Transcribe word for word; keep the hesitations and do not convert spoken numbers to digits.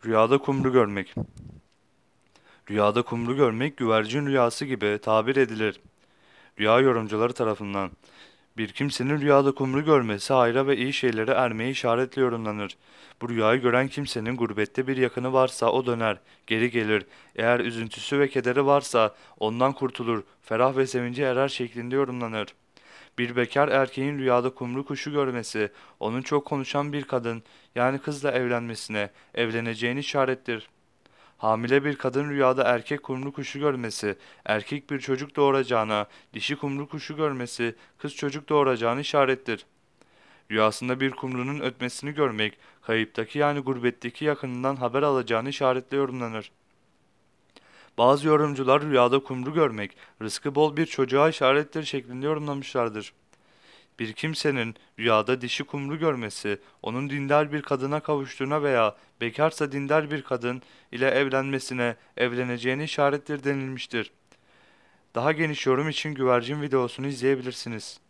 Rüyada kumru görmek. Rüyada kumru görmek güvercin rüyası gibi tabir edilir. Rüya yorumcuları tarafından. Bir kimsenin rüyada kumru görmesi hayra ve iyi şeylere ermeye işaretle yorumlanır. Bu rüyayı gören kimsenin gurbette bir yakını varsa o döner, geri gelir. Eğer üzüntüsü ve kederi varsa ondan kurtulur, ferah ve sevince erer şeklinde yorumlanır. Bir bekar erkeğin rüyada kumru kuşu görmesi, onun çok konuşan bir kadın yani kızla evlenmesine, evleneceğini işarettir. Hamile bir kadın rüyada erkek kumru kuşu görmesi, erkek bir çocuk doğuracağına, dişi kumru kuşu görmesi, kız çocuk doğuracağını işarettir. Rüyasında bir kumrunun ötmesini görmek, kayıptaki yani gurbetteki yakınından haber alacağını işaretle yorumlanır. Bazı yorumcular rüyada kumru görmek, rızkı bol bir çocuğa işarettir şeklinde yorumlamışlardır. Bir kimsenin rüyada dişi kumru görmesi, onun dindar bir kadına kavuştuğuna veya bekarsa dindar bir kadın ile evlenmesine, evleneceğine işarettir denilmiştir. Daha geniş yorum için güvercin videosunu izleyebilirsiniz.